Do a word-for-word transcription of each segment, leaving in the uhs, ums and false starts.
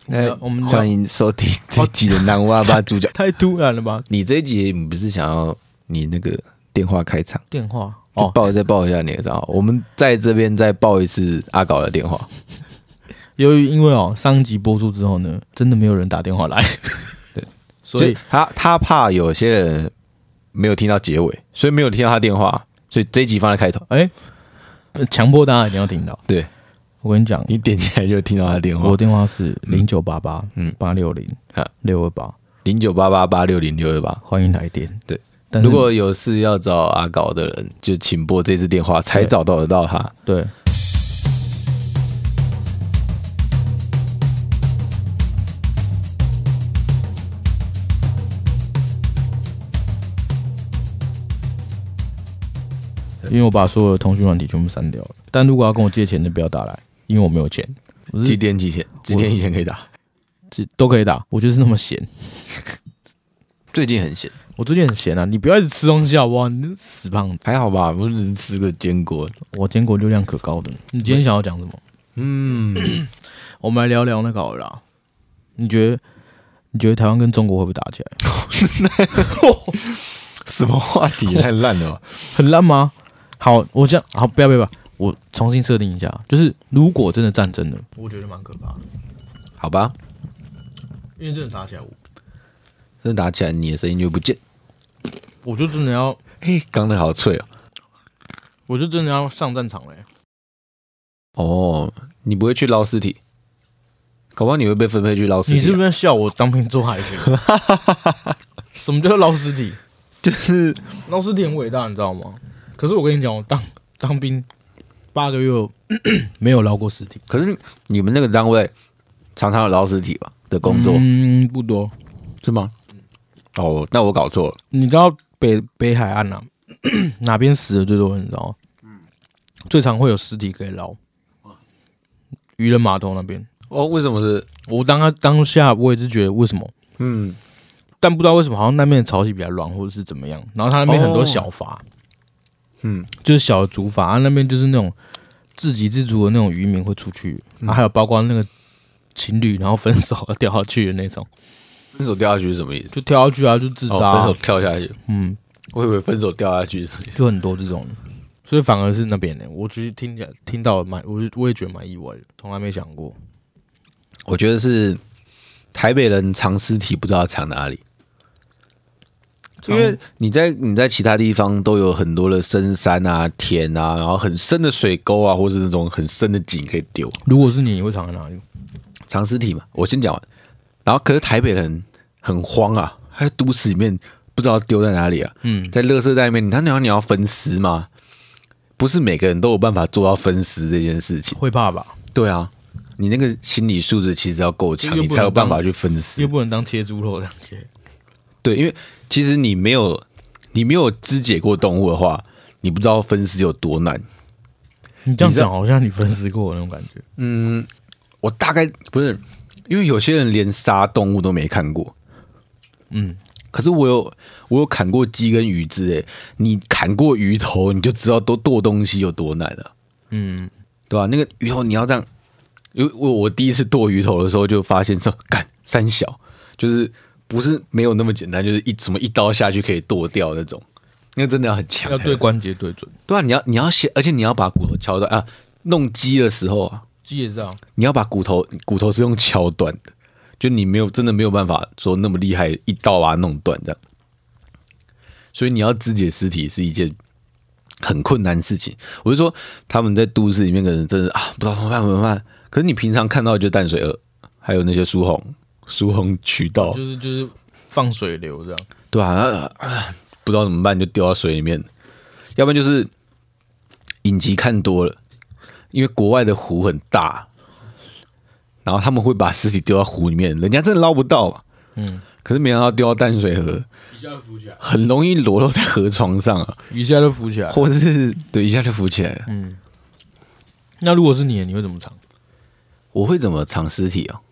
哎，我们欢迎收听这一集的南无阿爸主角。 太突然了吧？ 你这一集你不是想要你那个电话开场？ 电话就报再报一下你的账号。我们在这边再报一次阿搞的电话。 由于因为哦上一集播出之后呢，真的没有人打电话来， 对， 所以他他怕有些人没有听到结尾，所以没有听到他电话，所以这一集放在开头。 哎，强迫大家一定要听到。 对。 我跟你讲， 你点起来就听到他的电话。 我的电话是零九八八嗯八六零六二八零九八八八六零六二八， 欢迎来电。 对，如果有事要找阿搞的人，就请拨这支电话，才找到得到他。 对。因为我把所有的通讯软体全部删掉了，但如果要跟我借钱的，不要打来。因为我没有钱， 几点几钱？几点以前可以打？ 都可以打。我就是那么闲， 最近很闲。 我最近很闲啊！你不要一直吃东西好不好？你死胖子， 还好吧？我只是吃个坚果。 我坚果热量可高的。你今天想要讲什么？嗯，我们来聊聊那个好了啦。你觉得？你觉得台湾跟中国会不会打起来？ 什么话题？太烂了吧？ 很烂吗？好，我这样好，不要不要不要。我重新设定一下，就是如果真的战争了，我觉得蛮可怕的。 好吧， 因为真的打起来， 真的打起来，你的声音就不见。 我就真的要， 哎、欸，刚的好脆哦、喔！ 我就真的要上战场了、欸。 哦，你不会去捞尸体？搞不好你会被分配去捞尸体、啊。 你是不是在笑我当兵做海军？什么叫捞尸体？ 就是捞尸体很伟大，你知道吗？可是我跟你讲，我当当兵。八个月没有捞过尸体， 可是你们那个单位常常有捞尸体吧的工作？ 嗯，不多， 是吗？哦，那我搞错了。 你知道北北海岸啊，哪边死的最多？你知道吗？嗯，最常会有尸体可以捞，渔人码头那边。 哦，为什么是？ 我当当下我也是觉得为什么？嗯，但不知道为什么，好像那边的潮汐比较软，或者是怎么样。然后他那边很多小筏。哦嗯，就是小的竹筏，啊，那边就是那种自给自足的那种渔民会出去，嗯、啊，还有包括那个情侣然后分手掉下去的那种。 分手掉下去是什么意思？ 就跳下去啊，就自杀、啊哦。 分手跳下去，嗯，我以为分手掉下去是什么意思？ 就很多这种，所以反而是那边呢，我其实听起来听到蛮，我我也觉得蛮意外的，从来没想过。 我觉得是台北人藏尸体不知道藏哪里。因为你在你在其他地方都有很多的深山啊、田啊，然后很深的水沟啊，或是那种很深的井可以丢。 如果是你，你会藏在哪里？ 藏尸体嘛，我先讲完。然后，可是台北人很慌啊，他在都市里面不知道丢在哪里啊。嗯，在垃圾袋里面，他你要你要分尸吗？不是每个人都有办法做到分尸这件事情， 会怕吧？ 对啊，你那个心理素质其实要够强，你才有办法去分尸， 又不能当切猪肉这样切。 对，因为其实你没有你没有肢解过动物的话，你不知道分尸有多难。 你这样讲好像你分尸过那种感觉。 嗯，我大概不是，因为有些人连杀动物都没看过。嗯，可是我有我有砍过鸡跟鱼之类，你砍过鱼头，你就知道都剁东西有多难了。嗯，对吧、啊？那个鱼头你要这样，因为我我第一次剁鱼头的时候就发现说，干三小就是。不是没有那么简单，就是一什么一刀下去可以剁掉那种，那真的要很强， 要对关节对准。 对啊，你要你要先，而且你要把骨头敲断啊。弄鸡的时候啊， 鸡也是啊， 你要把骨头骨头是用敲断的，就你没有真的没有办法说那么厉害，一刀把它弄断这样。所以你要肢解尸体是一件很困难的事情。我是说，他们在都市里面可能真的啊，不知道怎么办怎么办。可是你平常看到的就淡水鳄，还有那些疏洪。疏洪渠道就是就是放水流这样， 对啊，啊，不知道怎么办就丢到水里面，要不然就是影集看多了，因为国外的湖很大，然后他们会把尸体丢到湖里面，人家真的捞不到嘛，嗯，可是没想到丢到淡水河， 一下就浮起来， 很容易裸露在河床上啊， 一下就浮起来， 或者是对一下就浮起来了，嗯， 那如果是你，你会怎么藏？ 我会怎么藏尸体啊？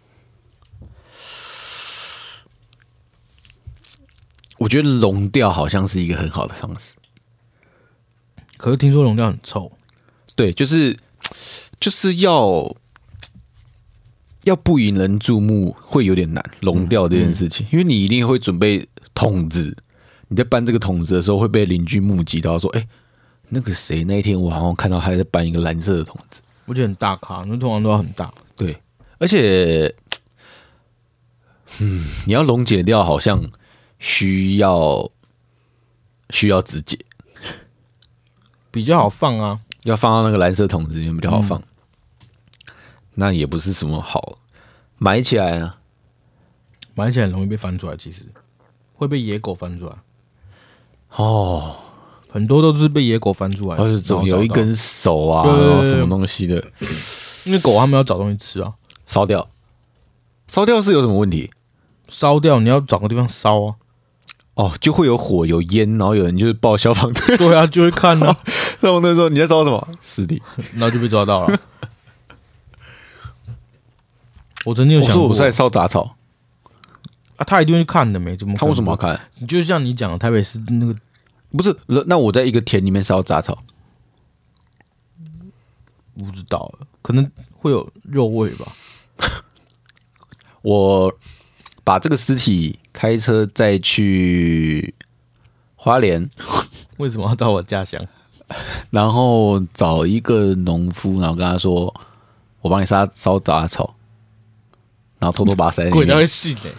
我觉得溶掉好像是一个很好的方式， 可是听说溶掉很臭。 对，就是就是要要不引人注目会有点难，笼调这件事情，嗯嗯、因为你一定会准备筒子，你在搬这个筒子的时候会被邻居目击到，说：“哎、欸，那个谁那一天我好像看到他在搬一个蓝色的筒子， 而且很大卡，那通常都要很大。” 对，而且，嗯，你要溶解掉，好像需要需要指解， 比较好放啊， 要放到那个蓝色筒子里面比较好放。嗯，那也不是什么好埋起来啊， 埋起来很容易被翻出来，其实会被野狗翻出来。 哦， 很多都是被野狗翻出来， 或者总有一根手啊，然后什么东西的， 因为狗它们要找东西吃啊。 烧掉，烧掉是有什么问题？ 烧掉你要找个地方烧啊。 哦，就会有火有烟，然后有人就是报消防队。 对啊，就会看啊。 消防队说你在烧什么？尸体， 然后就被抓到了。我曾经有想过， 我说我在烧杂草啊，他一定会看的，没怎么看。 他为什么要看？ 你就像你讲的，台北市那个不是？那我在一个田里面烧杂草， 不知道，可能会有肉味吧。 我把这个尸体开车再去花莲， 为什么要到我家乡？ 然后找一个农夫，然后跟他说：“我帮你烧烧杂草。”然后偷偷把它塞进去。 鬼才会信欸！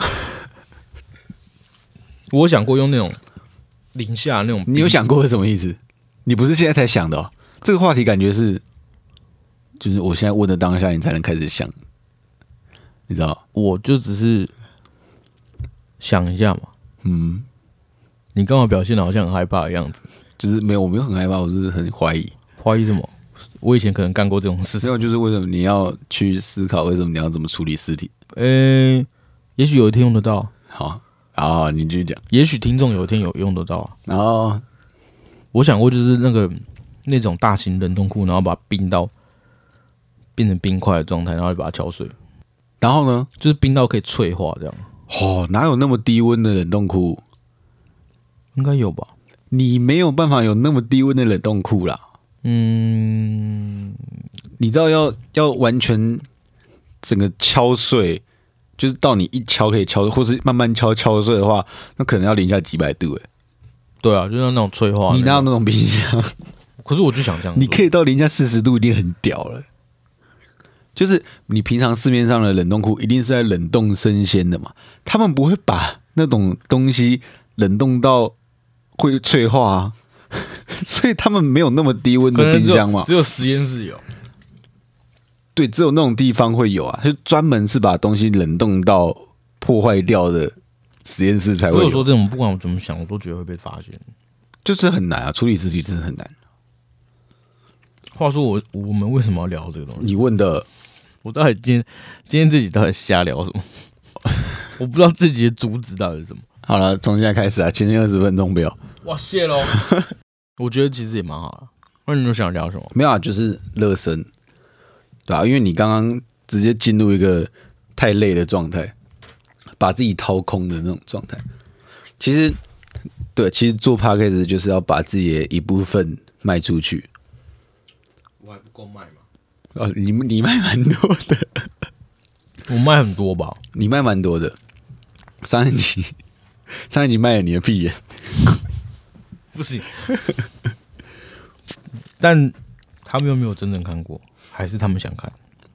我想过用那种零下那种， 你有想过是什么意思？你不是现在才想的哦？这个话题感觉是，就是我现在问的当下，你才能开始想，你知道？ 我就只是想一下嘛。嗯，你刚好表现的好像很害怕的样子， 就是没有，我没有很害怕，我是很怀疑。 怀疑什么？我以前可能干过这种事， 没有，就是为什么你要去思考，为什么你要怎么处理尸体？ 呃、欸，也许有一天用得到。 好，好，你继续讲。 也许听众有一天有用得到。 然后我想过，就是那个那种大型冷冻库，然后把它冰到变成冰块的状态，然后把它敲碎。 然后呢， 就是冰到可以脆化这样。 哦，哪有那么低温的冷冻库？ 应该有吧？ 你没有办法有那么低温的冷冻库啦。嗯，你知道要要完全整个敲碎，就是到你一敲可以敲，或是慢慢敲敲碎的话，那可能要零下几百度哎、欸。 对啊，就是那种脆化。 你哪有那种冰箱？ 可是我就想这样， 你可以到零下四十度，已经很屌了。就是你平常市面上的冷冻库一定是在冷冻生鲜的嘛，他们不会把那种东西冷冻到会脆化啊。所以他们没有那么低温的冰箱嘛？ 只有实验室有。 对，只有那种地方会有啊，就专门是把东西冷冻到破坏掉的实验室才会有。 所以说这种不管我怎么想，我都觉得会被发现， 就是很难啊，处理尸体真的很难。 话说我我们为什么要聊这个东西？ 你问的， 我到底今天今天自己到底瞎聊什么？我不知道自己的主旨到底是什么。 好了，从现在开始啊，前面二十分钟不要。 哇，谢喽！我觉得其实也蛮好的。那你有想聊什么？ 没有啊，就是热身，对吧、啊？因为你刚刚直接进入一个太累的状态，把自己掏空的那种状态。其实，对，其实做 podcast 就是要把自己的一部分卖出去。 我还不够卖嘛？ 哦，你你卖蛮多的， 我卖很多吧？ 你卖蛮多的。上一集。上一集卖了你的屁眼， 不行。但他们又没有真正看过，还是他们想看？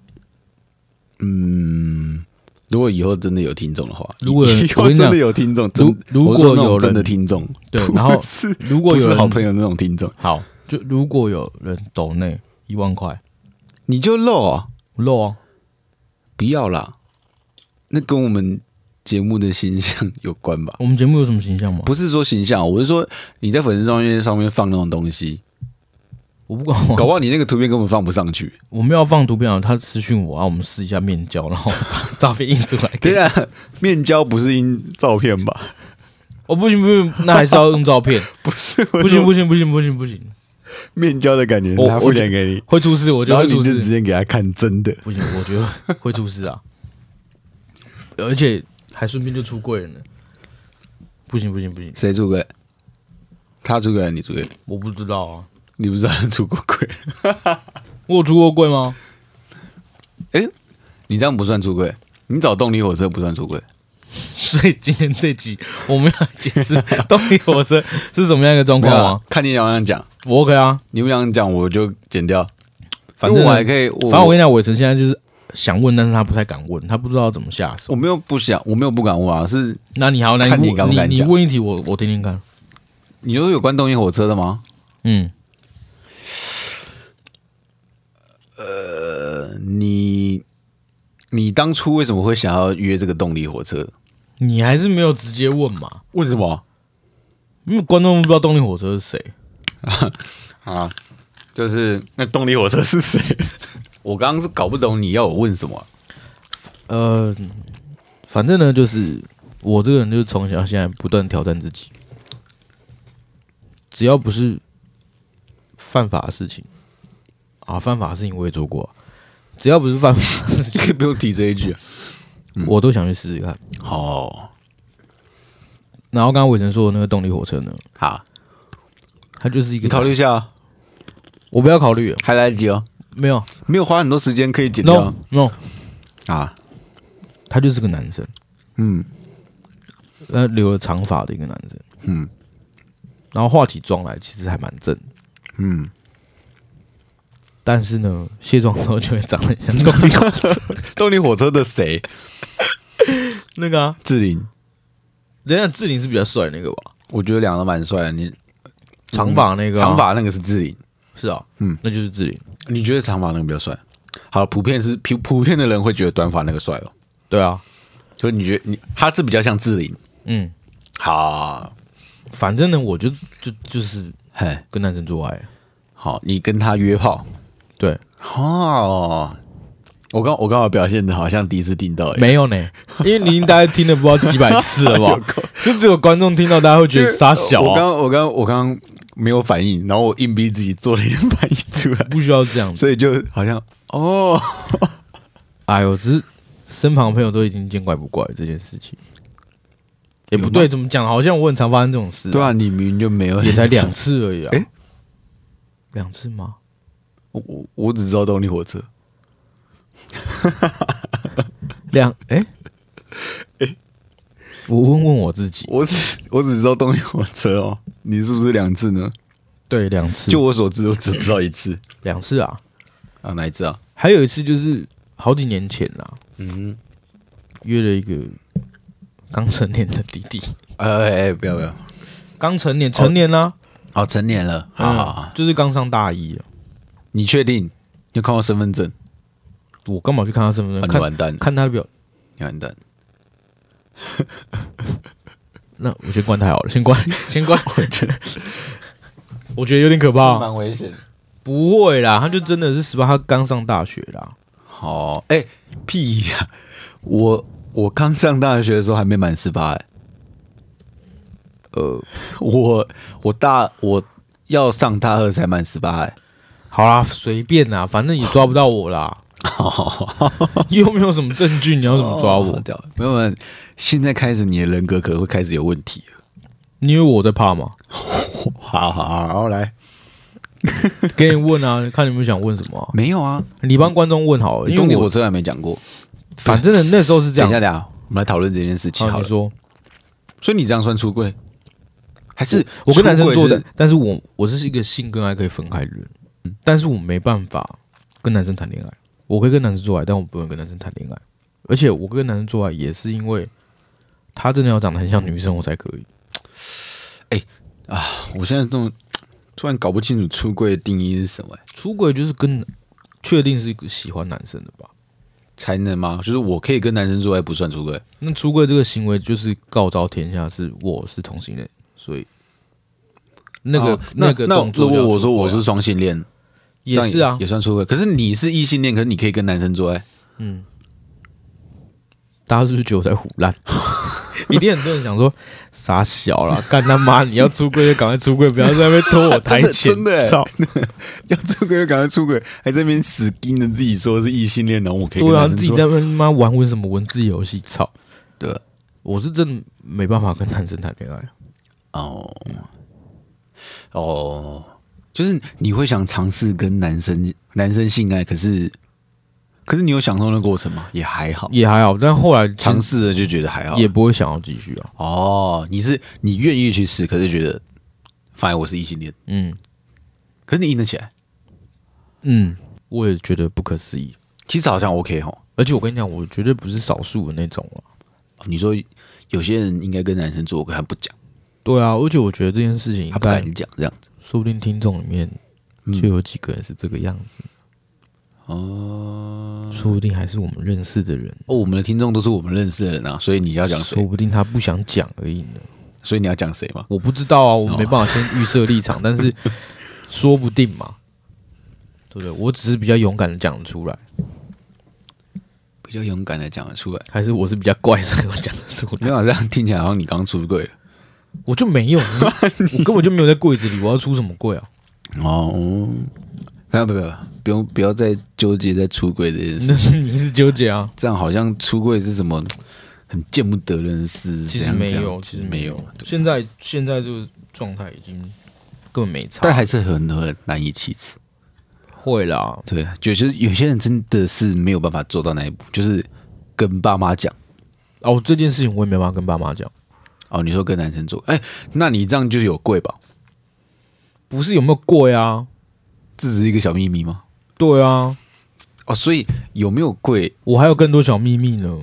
嗯，如果以后真的有听众的话， 如果以后真的有听众， 如如果有真的听众， 对，然后是如果有不是好朋友那种听众， 好，就如果有人抖内一万块， 你就漏啊， 漏啊， 不要啦，那跟我们。节目的形象有关吧？ 我们节目有什么形象吗？ 不是说形象，我是说你在粉丝专页上面放那种东西， 我不管， 搞不好你那个图片根本放不上去。 我们要放图片啊，他私讯我啊，我们试一下面交，然后把照片印出来。 对啊，面交不是印照片吧？ 哦，不行不行，那还是要用照片。 不是， 不行不行不行不行不行， 面交的感觉，他付钱给你， 会出事，我觉得会出事。 然后你就直接给他看真的， 不行，我觉得会出事啊，而且。还顺便就出柜了呢，不行不行不行！ 谁出柜？他出柜还是你出柜？ 我不知道啊， 你不知道他出过柜？ 我有出过柜吗？ 哎、欸， 你这样不算出柜，你找动力火车不算出柜。 所以今天这集我们要解释动力火车是什么样一个状况吗？ 看你想不想讲， 我 OK 啊， 你不想讲我就剪掉。 反正我还可以， 反正我跟你讲，伟成现在就是想问，但是他不太敢问，他不知道怎么下手。 我没有不想，我没有不敢问啊，是那你好，那看你你敢不敢讲。 你问一题，我我听听看。 你说有关动力火车的吗？ 嗯， 呃，你你当初为什么会想要约这个动力火车？ 你还是没有直接问嘛？ 为什么？ 因为观众不知道动力火车是谁啊，就是那动力火车是谁？我刚刚是搞不懂你要我问什么、啊。 呃，反正呢，就是我这个人就是从小到现在不断挑战自己，只要不是犯法的事情啊，犯法的事情我也做过、啊，只要不是犯法的事情， 可以不用提这一句、啊嗯，我都想去试试看。 哦。 然后刚刚伟成说的那个动力火车呢？ 好， 它就是一个， 你考虑一下、啊。 我不要考虑， 还来得及哦。 没有， 没有花很多时间可以剪掉。 No，, no 啊， 他就是个男生， 嗯， 他留了长发的一个男生， 嗯， 然后化起妆来其实还蛮正， 嗯， 但是呢，卸妆之后就会长得像动力火车。 动力火车的谁？ 那个啊， 志玲。 人家志玲是比较帅的那个吧？ 我觉得两个都蛮帅的。你长发那个、啊， 长发那个是志玲， 是啊， 嗯， 那就是志玲。 你觉得长发那个比较帅？好，普遍是普普遍的人会觉得短发那个帅哦。 对啊， 所以你觉得你他是比较像志玲？ 嗯， 好， 反正呢，我就就就是嘿， 跟男生做爱。 好，你跟他约炮， 对， 哦。我刚我刚好表现的好像第一次听到， 没有呢，因为你大概听了不知道几百次了吧？就只有观众听到，大家会觉得傻小、啊。 我刚我刚我刚没有反应，然后我硬逼自己做了一点反应出来， 不需要这样， 所以就好像哦， 哎呦，只是身旁的朋友都已经见怪不怪这件事情，也不对，怎么讲？好像我很常发生这种事、啊。 对啊，你明明就没有， 也才两次而已啊。 哎、欸， 两次吗？ 我我我只知道动力火车。 两哎哎，欸、我问问我自己， 我只我只知道动力火车哦，你是不是两次呢？ 对，两次。 就我所知，我只知道一次。 两次啊？ 啊，哪一次啊？ 还有一次就是好几年前啦，嗯，约了一个刚成年的弟弟。 哎哎哎，不要不要， 刚成年，成年啦、 啊，哦，成年了，好好好、 嗯，就是刚上大一了。 你确定？你有看过身份证？ 我干嘛去看他身份证？ 啊、你完蛋， 看他的表， 你完蛋。 那我先关台好了，先关，先关。我觉得，我觉得有点可怕， 蛮危险。 不会啦，他就真的是十八，他刚上大学啦。 好，哎、欸，屁呀、啊！我我刚上大学的时候还没满十八哎。呃，我我大我要上大二才满十八哎。 好啦，随便啦，反正也抓不到我啦。又没有什么证据，你要怎么抓我？ 哦、没有，没有，现在开始你的人格可能会开始有问题了。 你以为我在怕吗？ 好好好，来， 给你问啊，看你们想问什么、啊？ 没有啊， 你帮观众问好了，因为动力火车还没讲过。 反正那时候是这样。 等一下，等一下，我们来讨论这件事情好。 好，你说， 所以你这样算出柜？还是我, 我跟男生做的？但是我我是一个性跟爱可以分开的人，嗯、但是我没办法跟男生谈恋爱。我可以跟男生做爱，但我不能跟男生谈恋爱。而且我跟男生做爱也是因为他真的要长得很像女生，我才可以。 哎、欸、啊！我现在这种突然搞不清楚出柜的定义是什么、欸。 出柜就是跟确定是一个喜欢男生的吧， 才能吗？就是我可以跟男生做爱不算出柜。 那出柜这个行为就是告昭天下是我是同性恋，所以那个、哦、那个动作、啊。 如果我说我是双性恋。 也是啊， 也算出柜。可是你是异性恋，可是你可以跟男生做爱。 嗯，大家是不是觉得我在唬烂？一定很多人想说傻小啦，干他妈！你要出柜就赶快出柜，不要在那边拖我台前。 真的，真的要出柜就赶快出柜，还在那边死盯着自己说是异性恋，然后我可以跟对啊， 自己在那边妈玩文什么文字游戏，操！ 对， 我是真的没办法跟男生谈恋爱。 哦，哦。就是你会想尝试跟男生男生性爱，可是可是你有享受那个过程吗？也还好， 也还好。但后来尝试了就觉得还好， 也不会想要继续啊。 哦，你是你愿意去试，可是觉得，反正我是异性恋，嗯，可是你硬得起来， 嗯，我也觉得不可思议。 其实好像 OK 吼， 而且我跟你讲，我绝对不是少数的那种啊。 你说有些人应该跟男生做，可他不讲。 对啊，而且我觉得这件事情应该他不敢讲，这样子， 说不定听众里面就有几个人是这个样子。 哦、嗯， 说不定还是我们认识的人。 哦，我们的听众都是我们认识的人啊，所以你要讲谁？ 说不定他不想讲而已呢。 所以你要讲谁嘛？ 我不知道啊，我没办法先预设立场，哦、但是说不定嘛，对不对？我只是比较勇敢的讲得出来。 比较勇敢的讲得出来， 还是我是比较怪，所以我讲得出来？ 没有，这样听起来好像你刚出柜了， 我就没有，我根本就没有在柜子里，我要出什么柜啊？ 哦，不要不要不用不要再纠结在出柜这件事， 那是你一直纠结啊， 这样好像出柜是什么很见不得人的事， 其实没有，其实没有。现在现在这个状态已经根本没差， 但还是很很难以启齿。 会啦， 对，就是有些人真的是没有办法做到那一步，就是跟爸妈讲。 哦，这件事情我也没办法跟爸妈讲。 哦，你说跟男生做，哎、欸，那你这样就是有跪吧？ 不是有没有跪啊？ 这只是一个小秘密吗？ 对啊。 哦，所以有没有跪？ 我还有更多小秘密呢。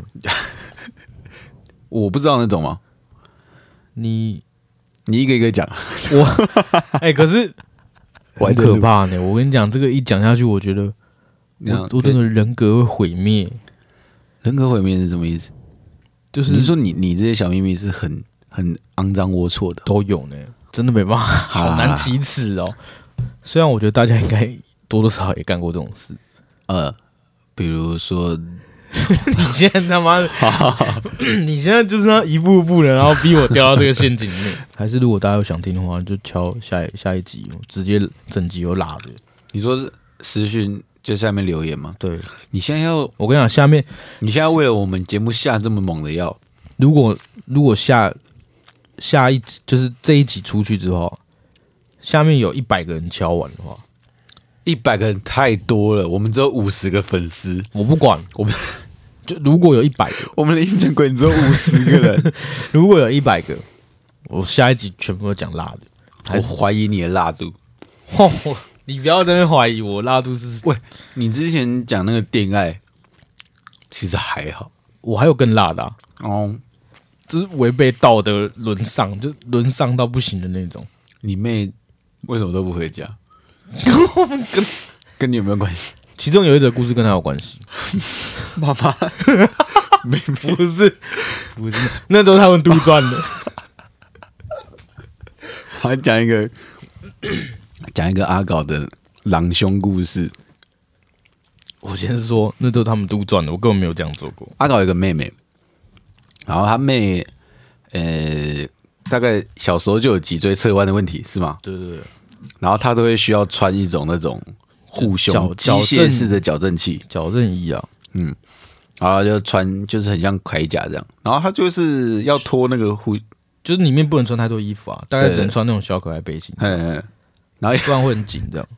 我不知道那种吗？ 你你一个一个讲。 我哎、欸，可是。很可怕呢！我跟你讲，这个一讲下去，我觉得我我整个人格会毁灭。 人格毁灭是什么意思？就是你说你你这些小秘密是很很肮脏龌龊的， 都有呢，真的没办法，好难启齿哦。虽然我觉得大家应该多多少少也干过这种事， 呃，比如说你现在他妈的，你现在就是要一步步的，然后逼我掉到这个陷阱里面。还是如果大家有想听的话，就敲下一下一集，直接整集有拉的。 你说是私讯就下面留言吗？ 对， 你现在要我跟你讲，下面你现在为了我们节目下这么猛的药， 如果如果下下一集就是这一集出去之后，下面有一百个人敲完的话。 一百个人太多了，我们只有五十个粉丝。 我不管，我们就如果有一百个， 我们的应征鬼只有五十个人。 如果有一百个，我下一集全部都讲辣的。 我怀疑你的辣度。 哦，你不要在那边怀疑我辣度是。 喂，你之前讲那个恋爱，其实还好。 我还有更辣的、啊、 哦， 就是违背道德沦丧，就沦丧到不行的那种。 你妹为什么都不回家？跟跟你有没有关系？ 其中有一则故事跟他有关系。 妈妈，没不是不是，那都是他们杜撰的。 我讲一个讲一个阿搞的狼兄故事。 我先是说，那都是他们杜撰的，我根本没有这样做过。 阿搞有一个妹妹，然后他妹呃大概小时候就有脊椎侧弯的问题，是吗？ 对对对。 然后他都会需要穿一种那种护胸机械式的矫正器、 矫正衣啊， 嗯，然后就穿就是很像铠甲这样。然后他就是要脱那个护， 就是里面不能穿太多衣服啊，大概只能穿那种小可爱背心， 嗯，然后不然会很紧这样。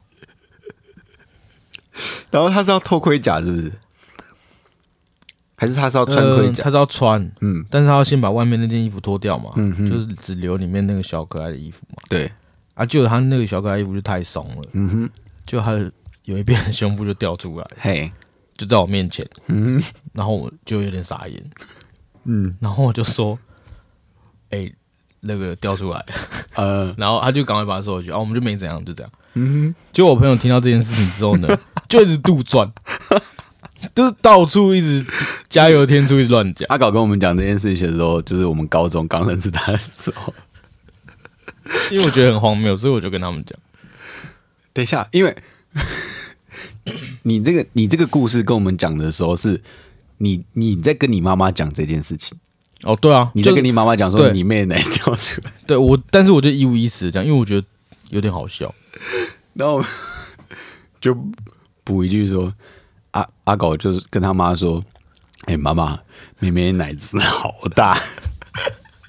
然后他是要脱盔甲，是不是？还是他是要穿盔甲？ 呃、他是要穿， 嗯， 但是他要先把外面那件衣服脱掉嘛， 嗯， 就是只留里面那个小可爱的衣服嘛， 对。 啊，就他那个小可爱衣服就太松了， 嗯哼， 就他的有一边的胸部就掉出来， 嘿， 就在我面前， 嗯， 然后我就有点傻眼， 嗯， 然后我就说，哎、欸，那个掉出来， 呃， 然后他就赶快把它收回去，啊，我们就没怎样，就这样， 嗯哼， 结果我朋友听到这件事情之后呢，就一直杜撰，就是到处一直加油添醋，一直乱讲。 阿搞跟我们讲这件事情的时候，就是我们高中刚认识他的时候。 因为我觉得很荒谬，所以我就跟他们讲。 等一下，因为你这个你这个故事跟我们讲的时候，是你你在跟你妈妈讲这件事情。 哦，对啊， 你在跟你妈妈讲说你妹奶掉出来。 对我，但是我就一五一十的讲，因为我觉得有点好笑。 然后就补一句说，阿阿狗就是跟他妈说：“哎、欸，妈妈，妹妹奶子好大。”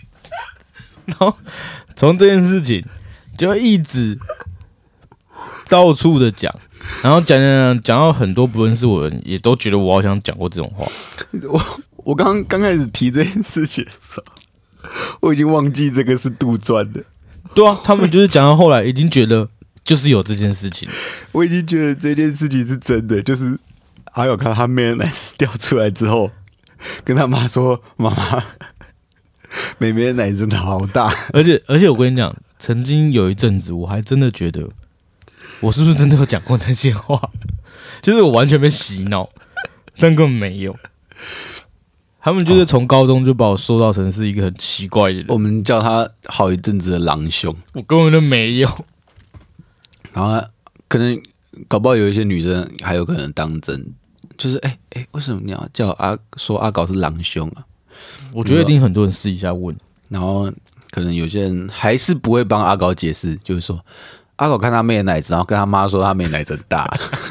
然后从这件事情就一直到处的讲，然后讲讲讲到很多不认识我的人，也都觉得我好像讲过这种话。 我我刚刚开始提这件事情的时候，我已经忘记这个是杜撰的。 对啊，他们就是讲到后来，已经觉得就是有这件事情， 我已经觉得这件事情是真的，就是阿友看他妹的奶子掉出来之后，跟他妈说：“妈妈，妹妹的奶真的好大。” 而且而且我跟你讲，曾经有一阵子，我还真的觉得。我是不是真的有讲过那些话？就是我完全被洗脑，但根本没有。他们就是从高中就把我塑造成是一个很奇怪的人。 我们叫他好一阵子的狼兄， 我根本就没有。 然后可能搞不好有一些女生还有可能当真，就是哎哎、欸欸，为什么你要叫阿说阿搞是狼兄啊？ 我觉得一定很多人试一下问， 然后可能有些人还是不会帮阿搞解释，就是说。阿狗看他妹的奶子，然后跟他妈说他妹奶真大，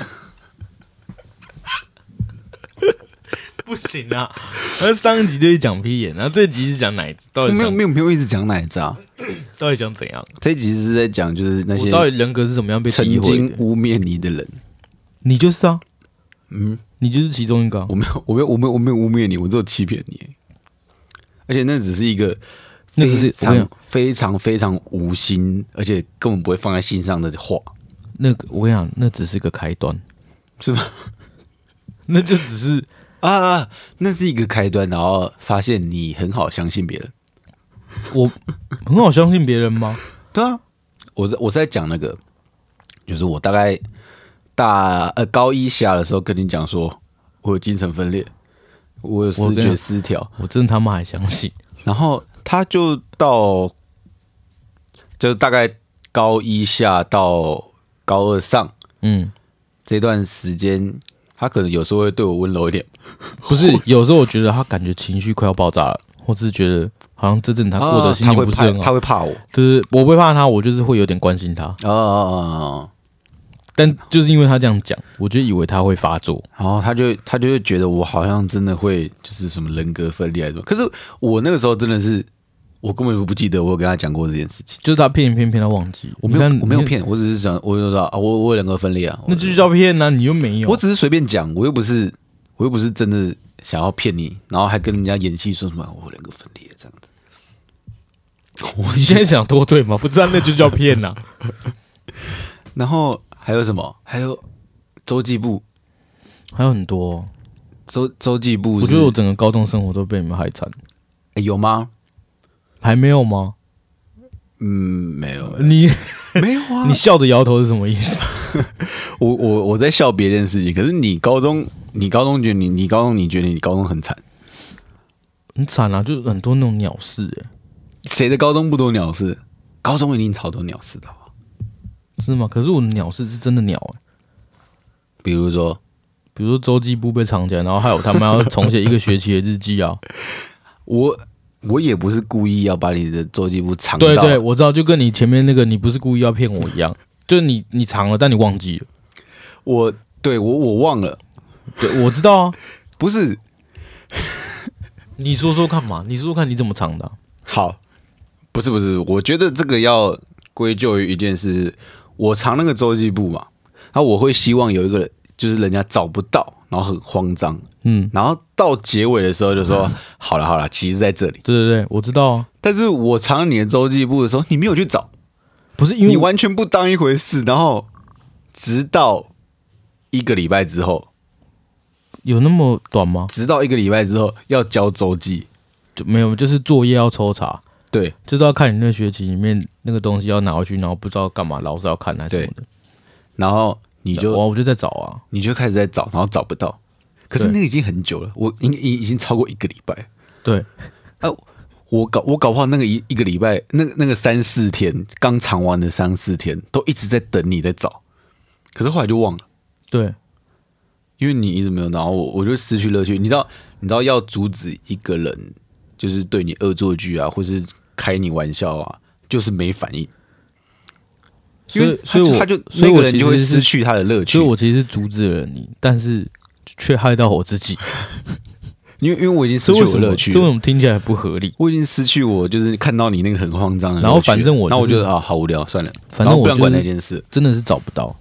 不行啊！那上一集就是讲屁眼，然后这一集是讲奶子，到底没有没有没有一直讲奶子啊？ 到底想怎样？ 这一集是在讲就是那些我到底人格是怎么样被曾经污蔑你的人， 你就是啊， 嗯， 你就是其中一个、啊。 我没有我没有我没有我没有污蔑你，我只有欺骗你，而且那只是一个。 那只是非常非常非常无心，而且根本不会放在心上的话。 那个我跟你讲，那只是个开端， 是吗？ 那就只是啊啊，那是一个开端，然后发现你很好相信别人。 我很好相信别人吗？ 对啊，我我在讲那个，就是我大概大呃高一下的时候跟你讲说，我有精神分裂，我有视觉失调， 我真的他妈还相信， 然后。他就到，就大概高一下到高二上，嗯，这段时间，他可能有时候会对我温柔一点。 不是，有时候我觉得他感觉情绪快要爆炸了，或是觉得好像这阵他过得心情不是很好， 他会怕我， 就是我不会怕他，我就是会有点关心他。 哦哦哦。 但就是因为他这样讲，我就以为他会发作， 然后他就他就会觉得我好像真的会就是什么人格分裂还是什么。可是我那个时候真的是，我根本不记得我有跟他讲过这件事情， 就是他骗一骗骗他忘记。 我没有我没有骗，我只是想我就知道啊，我我有人格分裂啊， 那就叫骗啊，你又没有。 我只是随便讲，我又不是我又不是真的想要骗你，然后还跟人家演戏说什么我有人格分裂这样子。 我现在想多对吗？不知道那就叫骗啊。 然后。还有什么？还有周记部， 还有很多、哦。 周周记部， 我觉得我整个高中生活都被你们害惨。 欸、有吗？ 还没有吗？ 嗯，没有。 你没有啊？ 你笑着摇头是什么意思？ 我我我在笑别件事情，可是你高中，你高中觉得你你高中你觉得你高中很惨， 很惨啊！就很多那种鸟事哎、 欸。谁的高中不多鸟事？高中一定超多鸟事的。 是吗？可是我的鸟事是真的鸟哎、欸， 比如说， 比如说周记部被藏起来，然后还有他们要重写一个学期的日记啊。 我我也不是故意要把你的周记部藏到， 对对，我知道，就跟你前面那个你不是故意要骗我一样，就是你你藏了，但你忘记了。 我对我我忘了， 对，我知道啊， 不是。 你说说看嘛，你说说看你怎么藏的、啊？ 好，不是不是，我觉得这个要归咎于一件事。我藏那个周记簿嘛，然后我会希望有一个就是人家找不到，然后很慌张，嗯，然后到结尾的时候就说、嗯、好了好了，其实在这里。 对对对，我知道啊。 但是我藏你的周记簿的时候，你没有去找， 不是因为你完全不当一回事，然后直到一个礼拜之后， 有那么短吗？ 直到一个礼拜之后要交周记， 就没有，就是作业要抽查。 对， 就是要看你那学期里面那个东西要拿回去，然后不知道干嘛，老师要看还是什么的。 然后你就， 我就在找啊， 你就开始在找，然后找不到。可是那个已经很久了，我已已已经超过一个礼拜。 对， 啊，我搞我搞不好那个一一个礼拜，那个那个三四天刚藏完的三四天，都一直在等你在找。可是后来就忘了。 对， 因为你一直没有，然后我我就失去乐趣。你知道，你知道要阻止一个人就是对你恶作剧啊，或是开你玩笑啊，就是没反应， 所以所以我他就那个人就会失去他的乐趣。 所以我其实是阻止了你，但是却害到我自己， 因为因为我已经失去我的乐趣了。 这为什么听起来不合理？ 我已经失去我就是看到你那个很慌张的乐趣， 然后反正我、就是， 然后我觉得啊好无聊，算了， 反正我不想管那件事， 真的是找不到。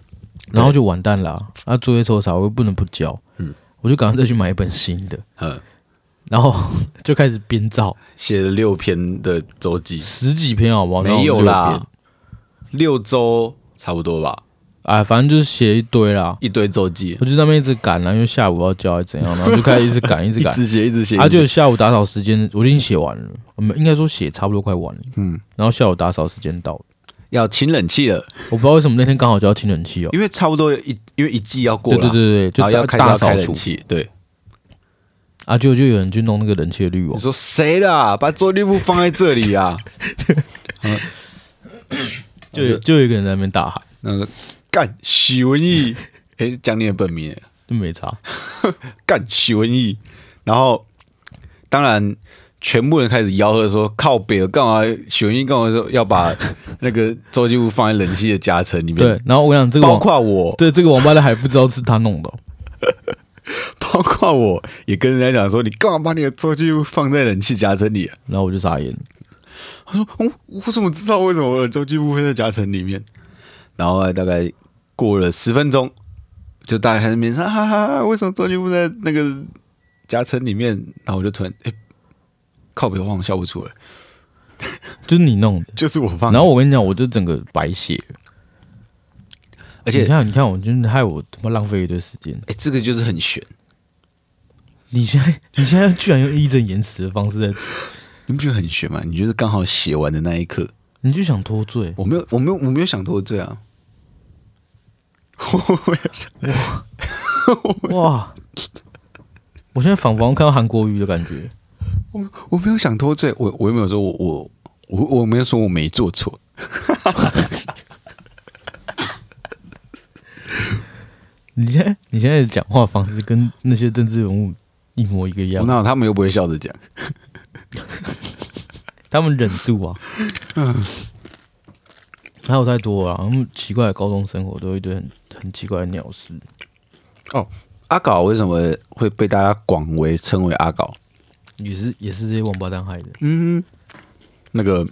然后就完蛋了、啊。啊，作业抽查我又不能不交，嗯，我就赶快再去买一本新的，嗯，然后就开始编造， 写了六篇的周记， 十几篇好不好？ 没有啦，六周差不多吧。 哎，反正就是写一堆啦， 一堆周记。 我就在那边一直赶啦，因为下午要交还是怎样，然后就开始一直赶，一直赶， 一直写，一直写。 啊，就下午打扫时间，我就已经写完了，我们应该说写差不多快完了。嗯，然后下午打扫时间到了， 要清冷气了。 我不知道为什么那天刚好就要清冷气哦， 因为差不多一，因为一季要过了， 对对对对，就然后要开始要开冷气，对。 啊，就就有人去弄那个冷气的滤网。 你说谁啦？把周立布放在这里啊？嗯、 就有就有一个人在那边大喊， 那个干许文义，哎、欸，讲你的本名， 就没差， 干许文义。然后当然，全部人开始吆喝说：“靠北了，干嘛？许文义干嘛说要把那个周立布放在冷气的夹层里面？” 对，然后我想这个包括我， 对这个王八蛋还不知道是他弄的、哦。 包括我也跟人家讲说，你干嘛把你的周记录放在冷气夹层里、啊？ 然后我就傻眼。 他说：“哦，我怎么知道为什么我的周记录会在夹层里面？”然后大概过了十分钟，就大家在那边说：“哈哈哈，为什么周记录在那个夹层里面？”然后我就突然，哎、欸，靠北晃笑不出来， 就是你弄的， 就是我放的。 然后我跟你讲，我就整个白写了。而且你看，你看，我真的害我他妈浪费一堆时间。 哎、欸，这个就是很悬。 你现在，你现在居然用义正言辞的方式在， 你不觉得很悬吗？你就是刚好写完的那一刻， 你就想脱罪？ 我没有，我没有，我没有想脱罪啊！我也想， 哇！我现在仿佛看到韩国瑜的感觉。 我我没有想脱罪，我我又没有说我我我我没有说我没做错。 你现在你现在讲话方式跟那些政治人物一模一个样， 那他们又不会笑着讲， 他们忍住啊。还有太多了、啊，他们奇怪的高中生活都有一堆很很奇怪的鸟事。 哦，阿搞为什么会被大家广为称为阿搞？ 也是也是这些王八蛋害的。 嗯，那个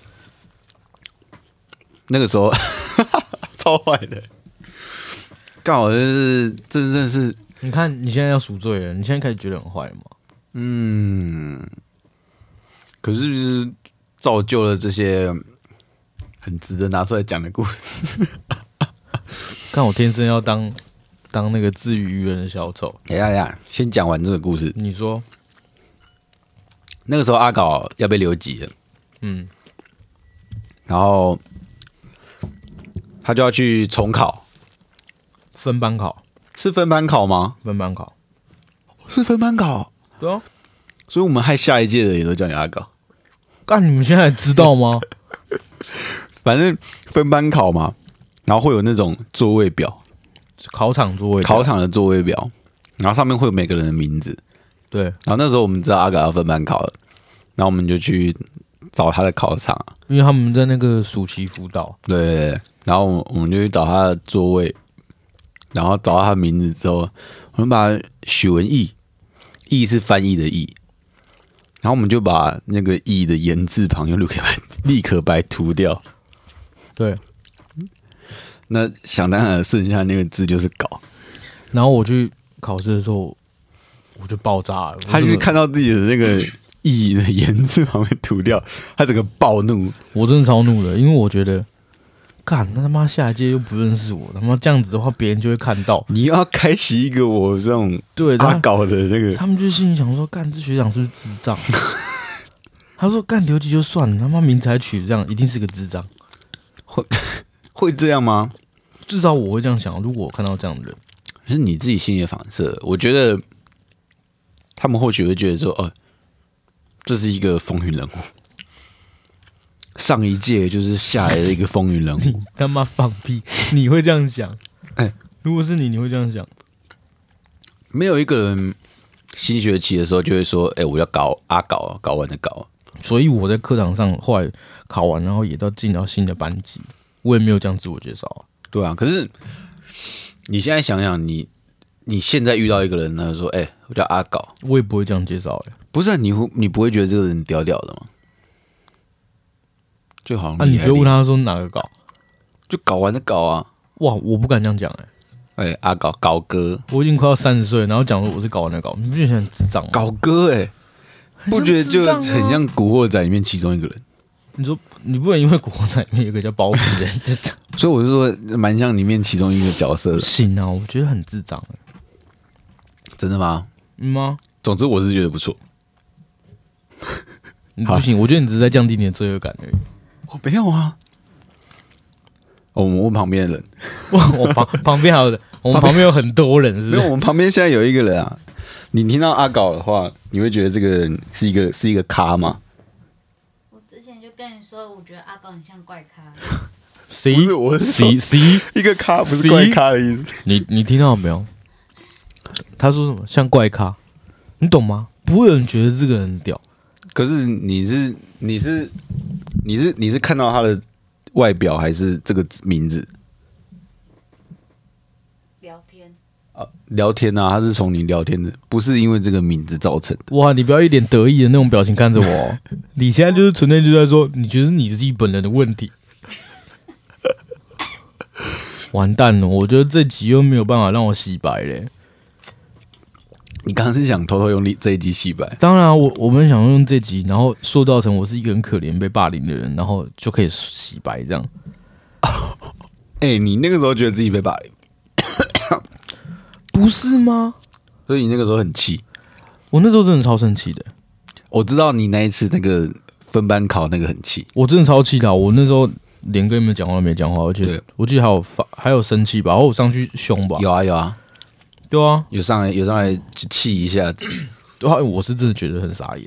那个时候超坏的。刚好就是这真的是， 你看你现在要赎罪了，你现在开始觉得很坏了吗？ 嗯，可是就是造就了这些很值得拿出来讲的故事。 看我天生要当当那个治愈愚人的小丑。 哎呀呀，先讲完这个故事。 你说， 那个时候阿搞要被留级了，嗯，然后他就要去重考。 分班考是分班考吗？ 分班考是分班考， 对啊， 所以我们害下一届的也都叫你阿搞。 干，你们现在知道吗？ 反正分班考嘛，然后会有那种座位表， 考场座位表， 考场的座位表，然后上面会有每个人的名字。 对， 然后那时候我们知道阿搞要分班考了，然后我们就去找他的考场， 因为他们在那个暑期辅导。 对，然后我们就去找他的座位。然后找到他名字之后，我们把许文义，义是翻译的义，然后我们就把那个义的言字旁用立可白立可白涂掉。 对， 那想当然剩下那个字就是搞。 然后我去考试的时候，我就爆炸了。 他就是看到自己的那个义的言字旁被涂掉，他整个暴怒。 我真的超怒的，因为我觉得。干，那他妈下一届又不认识我，他妈这样子的话，别人就会看到。 你要开启一个我这种对阿搞的那个， 他们就心里想说：干，这学长是不是智障？他说：干留级就算了，他妈名字还取这样，一定是个智障。 会会这样吗？ 至少我会这样想。如果我看到这样的人， 是你自己心里的反射。我觉得他们或许会觉得说：哦，这是一个风云人物。上一届就是下来的一个风云人物， 你他妈放屁！你会这样想？哎、欸，如果是你，你会这样想？ 没有一个人新学期的时候就会说：“哎、欸，我要搞阿搞，搞完的搞。” 所以我在课堂上后来考完，然后也到进到新的班级，我也没有这样自我介绍、啊。 对啊，可是你现在想想，你你现在遇到一个人，他说：“哎、欸，我叫阿搞。” 我也不会这样介绍、欸。哎， 不是、啊、你会你不会觉得这个人屌屌的吗？就好像那、啊、你就问他说哪个搞， 就搞完的搞啊！ 哇，我不敢这样讲哎、欸。 哎、欸，阿搞搞哥， 我已经快要三十岁，然后讲说我是搞完的搞，你不觉得很智障吗？ 搞哥哎、欸，不觉得就很像《古惑仔》里面其中一个人？ 你说你不能因为《古惑仔》里面有个叫包皮的人就这样， 所以我就说蛮像里面其中一个角色的。 行啊，我觉得很智障。 真的吗？ 嗯吗？ 总之我是觉得不错。 你不行，我觉得你只是在降低你的罪恶感而已。 我没有啊。哦、我们问旁边的人， 我旁旁边还有人，我们旁边有很多人，是不是？ 没有，我们旁边现在有一个人啊。你听到阿搞的话，你会觉得这个人是一个是一个咖吗？ 我之前就跟你说，我觉得阿搞很像怪咖。 谁？ 不是，我是谁谁一个咖，不是怪咖的意思。 你你听到没有？他说什么像怪咖？你懂吗？不会有人觉得这个人很屌。 可是你是你是你是你是看到他的外表还是这个名字？ 聊天啊，聊天啊，他是从你聊天的，不是因为这个名字造成的。 哇，你不要一脸得意的那种表情看着我、哦，你现在就是纯粹就在说，你觉得是你自己本人的问题。完蛋了，我觉得这集又没有办法让我洗白嘞。 你刚刚是想偷偷用力这一集洗白？ 当然、啊，我我们想用这集，然后塑造成我是一个很可怜被霸凌的人，然后就可以洗白这样。 哎、欸，你那个时候觉得自己被霸凌， 不是吗？ 所以你那个时候很气。 我那时候真的超生气的。 我知道你那一次那个分班考那个很气， 我真的超气的、啊。我那时候连跟你们讲话都没讲话，而且我记得还有发还有生气吧，然后我上去凶吧。 有啊有啊。 对啊， 有上来有上来就气一下子， 对啊，我是真的觉得很傻眼。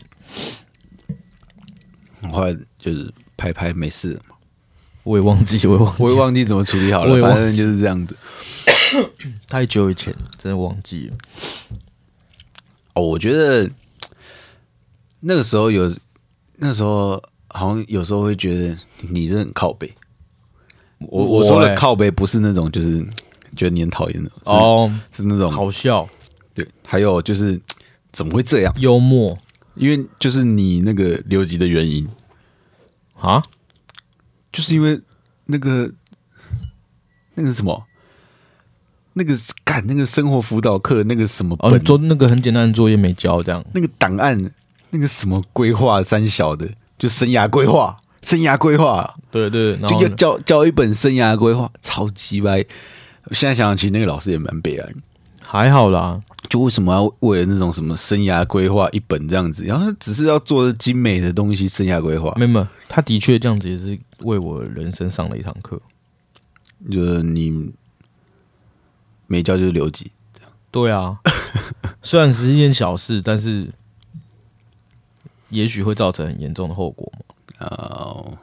后来就是拍拍没事了嘛， 我也忘记，我也忘记， 我也忘记怎么处理好了，反正就是这样子。 太久以前，真的忘记了。 哦，我觉得那个时候有，那时候好像有时候会觉得你真的很靠北。我我说的靠北不是那种就是觉得你很讨厌的哦，是那种好笑。 对，还有就是怎么会这样？ 幽默， 因为就是你那个留级的原因啊， 就是因为那个那个什么，那个干那个生活辅导课那个什么本， 哦，做那个很简单的作业没交，这样那个档案那个什么规划三小的，就生涯规划，生涯规划， 对对， 就要交交一本生涯规划，超级掰。现在想想，其实那个老师也蛮悲哀， 还好啦。 就为什么要为了那种什么生涯规划一本这样子，然后只是要做的精美的东西，生涯规划， 没有没有，他的确这样子也是为我人生上了一堂课。 就是你没交就是留级，这样对啊。虽然是一件小事，但是也许会造成很严重的后果嘛。哦，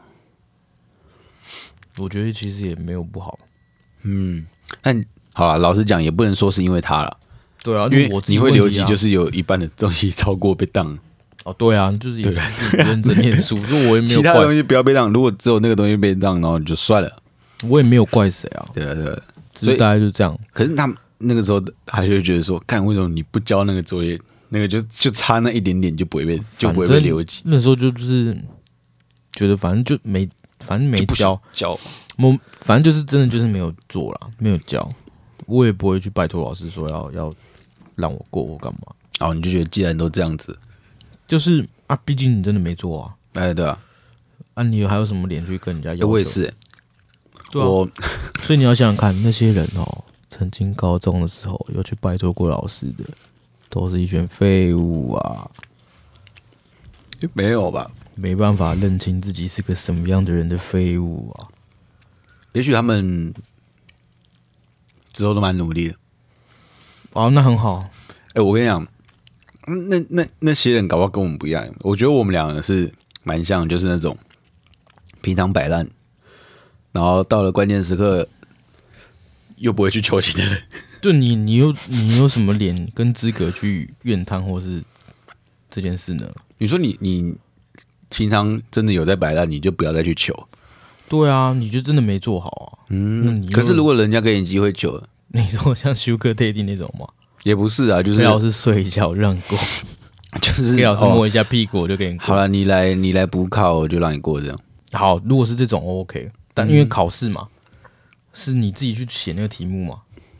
我觉得其实也没有不好。 嗯，但好啦，老实讲，也不能说是因为他啦。 对啊， 因为你会留级， 啊、 就是有一半的东西超过被当。 哦，对啊，就是也是不认真念书，所以我也没有其他的东西不要被当。如果只有那个东西被当，然后你就算了。 我也没有怪谁啊。 对啊，对啊， 所以大概就这样。 可是他们那个时候还是会觉得说，看为什么你不交那个作业，那个就就差那一点点就不会被就不会被留级。 那时候就是觉得反正就没，反正没交交。 我反正就是真的就是没有做啦，没有交，我也不会去拜托老师说要要让我过或干嘛。 哦，你就觉得既然都这样子， 就是啊，毕竟你真的没做啊。 哎，对啊， 啊，你还有什么脸去跟人家要求？ 我也是、欸， 对啊。我所以你要想想看，那些人哦，曾经高中的时候有去拜托过老师的，都是一群废物啊。 没有吧？ 没办法认清自己是个什么样的人的废物啊。 也许他们之后都蛮努力的。 哦，那很好。 哎、欸，我跟你讲，那那那些人搞不好跟我们不一样。我觉得我们两个是蛮像，就是那种平常摆烂，然后到了关键时刻又不会去求情的人。 就你，你有你有什么脸跟资格去怨叹或是这件事呢？ 你说你你平常真的有在摆烂，你就不要再去求。 对啊，你就真的没做好啊。 嗯，可是如果人家给你机会求了， 你说像休克特地那种吗？ 也不是啊，就是给老师睡一下我就让你过， 就是给老师摸一下屁股我就给你过。 好了，你来你来补考我就让你过这样。 好，如果是这种 OK， 但因为考试嘛，嗯、是你自己去写那个题目嘛。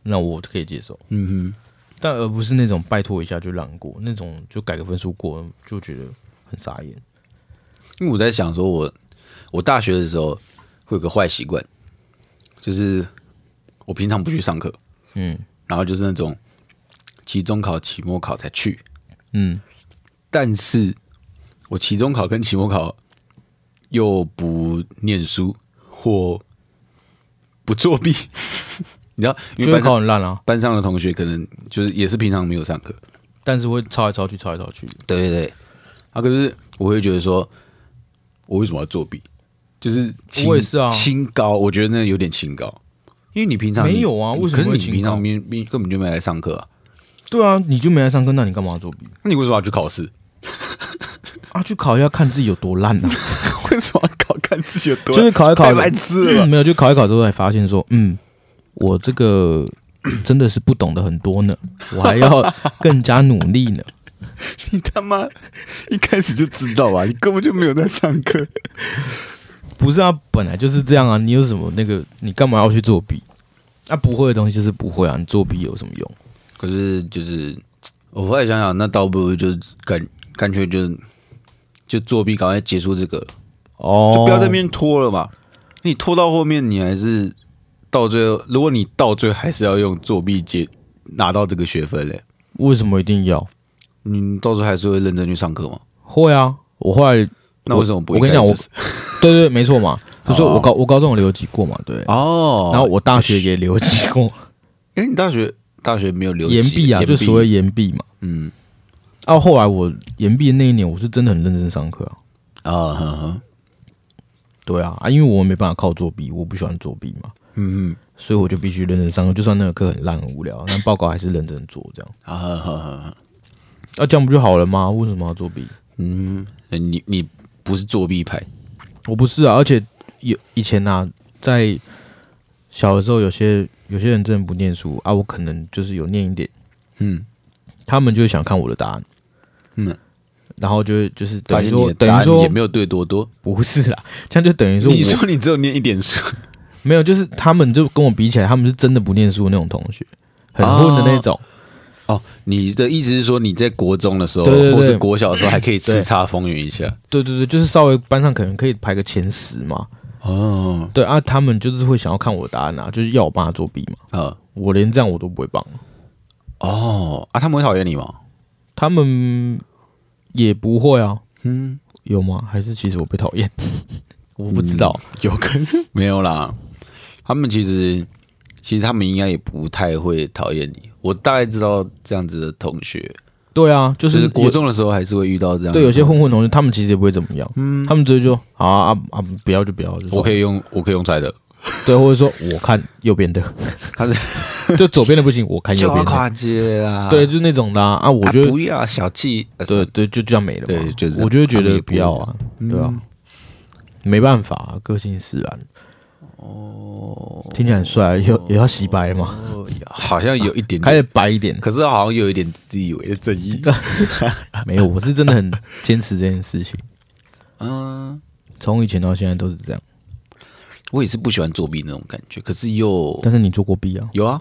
那我可以接受。 嗯哼， 但而不是那种拜托一下就让过，那种就改个分数过，就觉得很傻眼。 因为我在想说我，我大学的时候会有个坏习惯，就是我平常不去上课， 嗯， 然后就是那种期中考、期末考才去， 嗯， 但是我期中考跟期末考又不念书或不作弊，你知道，因为班考很烂啊， 班上的同学可能就是也是平常没有上课， 但是会抄来抄去，抄来抄去。 对对对，啊，可是我会觉得说，我为什么要作弊？就是清我也是啊， 清高，我觉得那有点清高，因为你平常没有啊，为什么会可是你平常明明根本就没来上课啊。 对啊，你就没来上课，那你干嘛要作弊？ 那你为什么要去考试？ 啊，去考一下看自己有多烂啊！ 为什么要考看自己有多烂？ 就是考一考， 太白痴了、 嗯。没有，就考一考之后才发现说，嗯，我这个真的是不懂得很多呢，我还要更加努力呢。 你他妈一开始就知道啊！你根本就没有在上课。 不是啊，本来就是这样啊！你有什么那个，你干嘛要去作弊？啊，不会的东西就是不会啊，你作弊有什么用？ 可是就是我后来想想，那倒不如就是干干脆就就作弊，赶快结束这个哦，就不要在那边拖了嘛。你拖到后面，你还是到最后，如果你到最后还是要用作弊结拿到这个学分嘞， 为什么一定要？ 你到时候还是会认真去上课吗？ 会啊，我后来那为什么不、就是？ 我跟你讲，我对对没错嘛，就说我高我高中有留级过嘛，对哦， 然后我大学也留级过。 哎、欸，你大学大学没有留级？ 延毕啊，就所谓延毕嘛。嗯，啊，后来我延毕的那一年，我是真的很认真上课啊。啊呵呵，对啊，啊，因为我没办法靠作弊，我不喜欢作弊嘛。嗯嗯，所以我就必须认真上课，就算那个课很烂很无聊，但报告还是认真做这样。啊呵呵呵，那、啊、这样不就好了吗？为什么要作弊？ 嗯，你你不是作弊派， 我不是啊，而且有以前啊，在小的时候，有些有些人真的不念书啊，我可能就是有念一点，嗯，他们就会想看我的答案，嗯，然后就会就是等于说等于说也没有对多多， 不是啦，这样就等于说你说你只有念一点书， 没有，就是他们就跟我比起来，他们是真的不念书的那种同学，很混的那种。哦哦，你的意思是说你在国中的时候，对对对，或是国小的时候还可以叱咤风云一下？ 对对对，就是稍微班上可能可以排个前十嘛。哦，对啊，他们就是会想要看我的答案啊，就是要我帮他作弊嘛。啊，我连这样我都不会帮。 哦，啊，他们会讨厌你吗？ 他们也不会啊。嗯，有吗？还是其实我被讨厌？我不知道， 嗯、有可能没有啦。他们其实。其实他们应该也不太会讨厌你，我大概知道这样子的同学。 对啊，就是、 就是国中的时候还是会遇到这样的。 对，有些混混同学，他们其实也不会怎么样，嗯，他们直接就啊啊啊，不要就不要，就我可以用，我可以用猜的， 对，或者说我看右边的，他是就左边的不行，我看右边的， 跨界啦， 对，就是那种的啊，啊我觉得、 啊、不要小气， 对对，就这样没了嘛， 对，就是我就会觉得不要啊，对啊，没办法、啊，个性使然。哦，听起来很帅，有也要洗白吗？ 好像有一点点， 开始白一点， 可是好像有一点自以为的正义。 没有，我是真的很坚持这件事情。嗯，从以前到现在都是这样。 我也是不喜欢作弊那种感觉，可是又…… 但是你做过弊啊？ 有啊。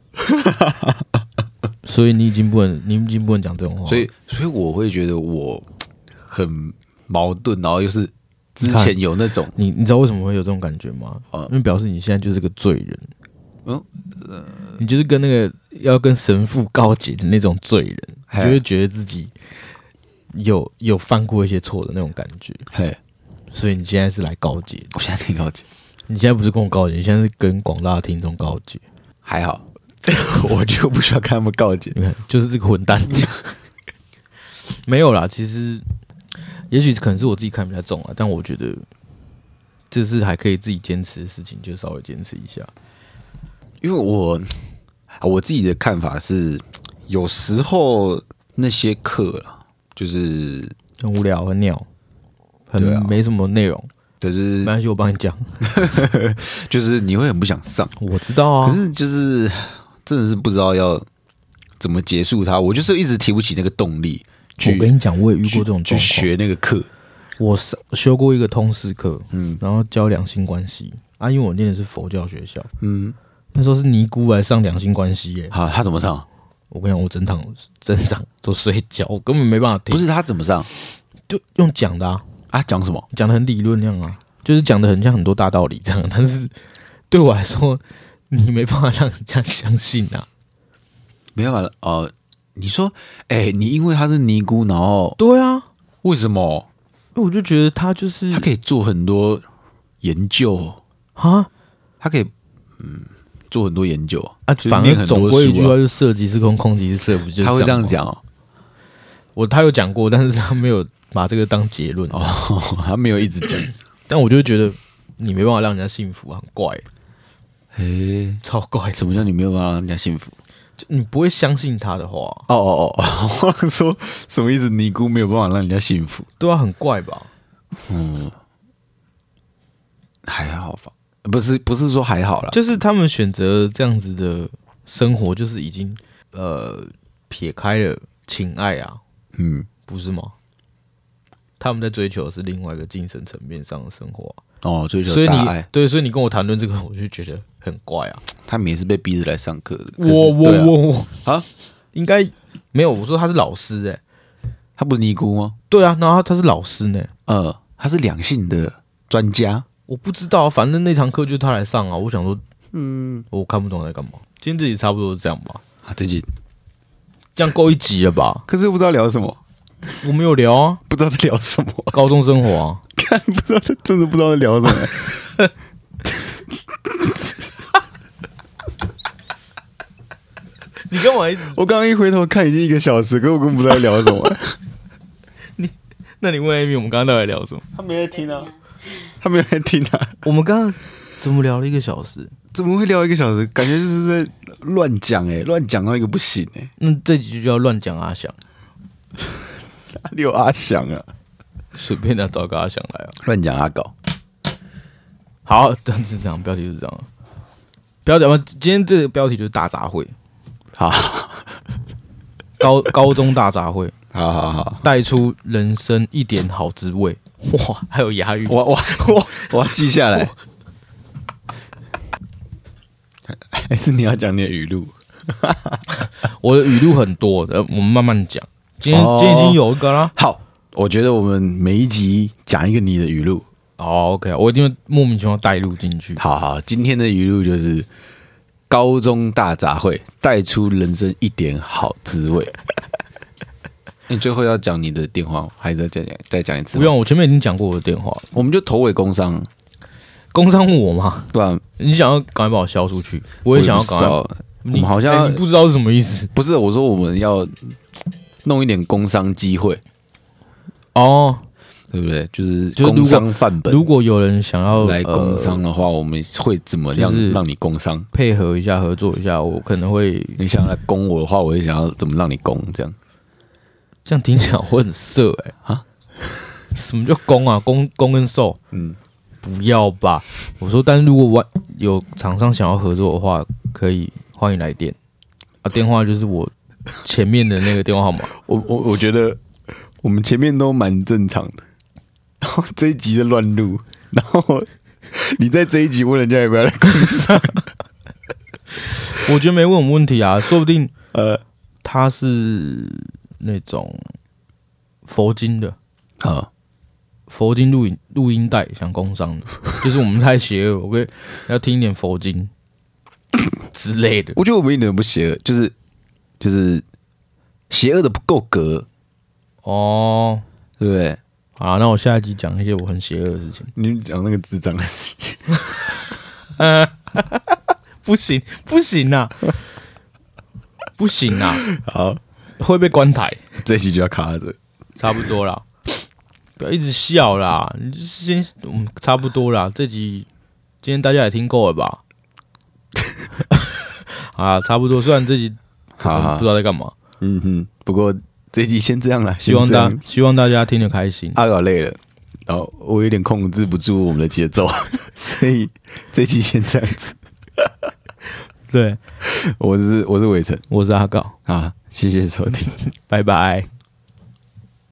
所以你已经不能，你已经不能讲这种话。 所以，所以我会觉得我很矛盾，然后又是。之前有那种， 你你知道为什么会有这种感觉吗？嗯、因为表示你现在就是个罪人，嗯，呃、你就是跟那个要跟神父告解的那种罪人，你就会觉得自己有有犯过一些错的那种感觉，嘿，所以你现在是来告解， 我现在可以告解， 你现在不是跟我告解，你现在是跟广大的听众告解， 还好，我就不需要跟他们告解， 你看，就是这个混蛋，没有啦，其实。也许可能是我自己看比较重啊，但我觉得这是还可以自己坚持的事情，就稍微坚持一下。 因为我我自己的看法是，有时候那些课啦，就是很无聊、很鸟、很没什么内容。 可是没关系，我帮你讲。 就是你会很不想上， 我知道啊。 可是就是真的是不知道要怎么结束它，我就是一直提不起那个动力。 我跟你讲，我也遇过这种状况。 去学那个课， 我修过一个通识课，嗯，然后教两性关系啊，因为我念的是佛教学校，嗯， 那时候是尼姑来上两性关系耶。 好，他怎么上？ 我跟你讲，我整场整场都睡觉，我根本没办法听。 不是他怎么上？ 就用讲的啊啊，讲什么？ 讲的很理论那样啊，就是讲的很像很多大道理这样。但是对我来说，你没办法让人家相信啊。 没办法哦、呃，你说，哎、欸，你因为他是尼姑，然后对啊， 为什么？ 因为我就觉得他就是他可以做很多研究啊， 他可以嗯做很多研究啊，反而总归一句话，就是射击是空，空即是射，不就是？ 他会这样讲哦。 我他有讲过，但是他没有把这个当结论哦，他没有一直讲。 但我就觉得你没办法让人家幸福，很怪， 嘿， 超怪。 什么叫你没有办法让人家幸福？ 就你不会相信他的话。 哦哦哦，我说什么意思？尼姑没有办法让人家幸福？ 对啊，很怪吧？ 嗯，还好吧。不是不是说还好啦， 就是他们选择这样子的生活，就是已经呃撇开了情爱啊， 嗯， 不是吗？他们在追求的是另外一个精神层面上的生活、啊、 哦，追求所以你大爱。 对，所以你跟我谈论这个，我就觉得很怪啊。 他们也是被逼着来上课的。 我我我我啊， 应该没有。我说他是老师哎、欸， 他不是尼姑吗？ 对啊，然后他是老师呢、欸， 呃，他是两性的专家。 我不知道，反正那堂课就是他来上啊。我想说，嗯，我看不懂他在干嘛。今天这集差不多是这样吧？ 啊，这集这样够一集了吧？ 可是又不知道聊什么， 我们有聊啊， 不知道在聊什么， 高中生活啊， 看不知道，真的不知道在聊什么。 你干嘛一直？ 我刚刚一回头看，已经一个小时，可是我根本不知道在聊什么。 你，那你问 Amy， 我们刚刚到底在聊什么？ 他没在听啊，他没有在听啊。 我们刚刚怎么聊了一个小时？ 怎么会聊一个小时？感觉就是在乱讲哎，乱讲到一个不行哎、欸。 那这集就叫乱讲阿翔。 哪里有阿翔啊？ 随便的找个阿翔来啊！ 乱讲阿搞。 好，但是这样，标题就是这样。标题，今天这个标题就是大杂烩。 好， 高高中大杂烩。 好好好， 带出人生一点好滋味。哇，还有押韵！ 我我我我要记下来。还是你要讲你的语录？ 我的语录很多的，我们慢慢讲。今天、哦、今天已经有一个啦。 好，我觉得我们每一集讲一个你的语录。 哦 ，OK， 我一定会莫名其妙带入进去。 好好，今天的语录就是高中大杂烩，带出人生一点好滋味。你最后要讲你的电话，还是再讲再讲一次？ 不用，我前面已经讲过我的电话， 我们就头尾工商， 工商我嘛， 对吧？ 你想要赶快把我销出去，我也想要赶快。 我们好像、 欸、你不知道是什么意思？ 不是，我说我们要弄一点工商机会哦， 对不对？就是工商范本。 如果有人想要来工商的话，呃、我们会怎么样让你工商？ 配合一下，合作一下，我可能会。 你想要来攻我的话，我会想要怎么让你攻？这样。 这样听起来我很色哎、欸、啊！什么叫攻啊？攻攻跟受？嗯，不要吧！我说，但是如果有厂商想要合作的话，可以欢迎来电啊，电话就是我前面的那个电话号码。 我我我觉得我们前面都蛮正常的，然后这一集的乱录，然后你在这一集问人家要不要来工商， 我觉得没问我们问题啊，说不定呃他是。那种佛经的啊，佛经录音录音带想工商的，就是我们太邪恶，我可以要听一点佛经之类的。 我觉得我们一点都不邪恶，就是就是邪恶的不够格哦，对不对？ 好，那我下一集讲一些我很邪恶的事情。 你讲那个智障的事情， 不行不行啊，不行啊， 好。 会被关台， 这一期就要卡着，差不多啦，不要一直笑啦，你就先，嗯，差不多啦。这集今天大家也听够了吧？啊，差不多。虽然这集可能不知道在干嘛， 嗯哼，不过这集先这样啦。 希望大希望大家听得开心。 阿搞累了，然后我有点控制不住我们的节奏，所以这集先这样子。 对， 我是我是伟成， 我是阿搞啊，谢谢收听， 拜拜。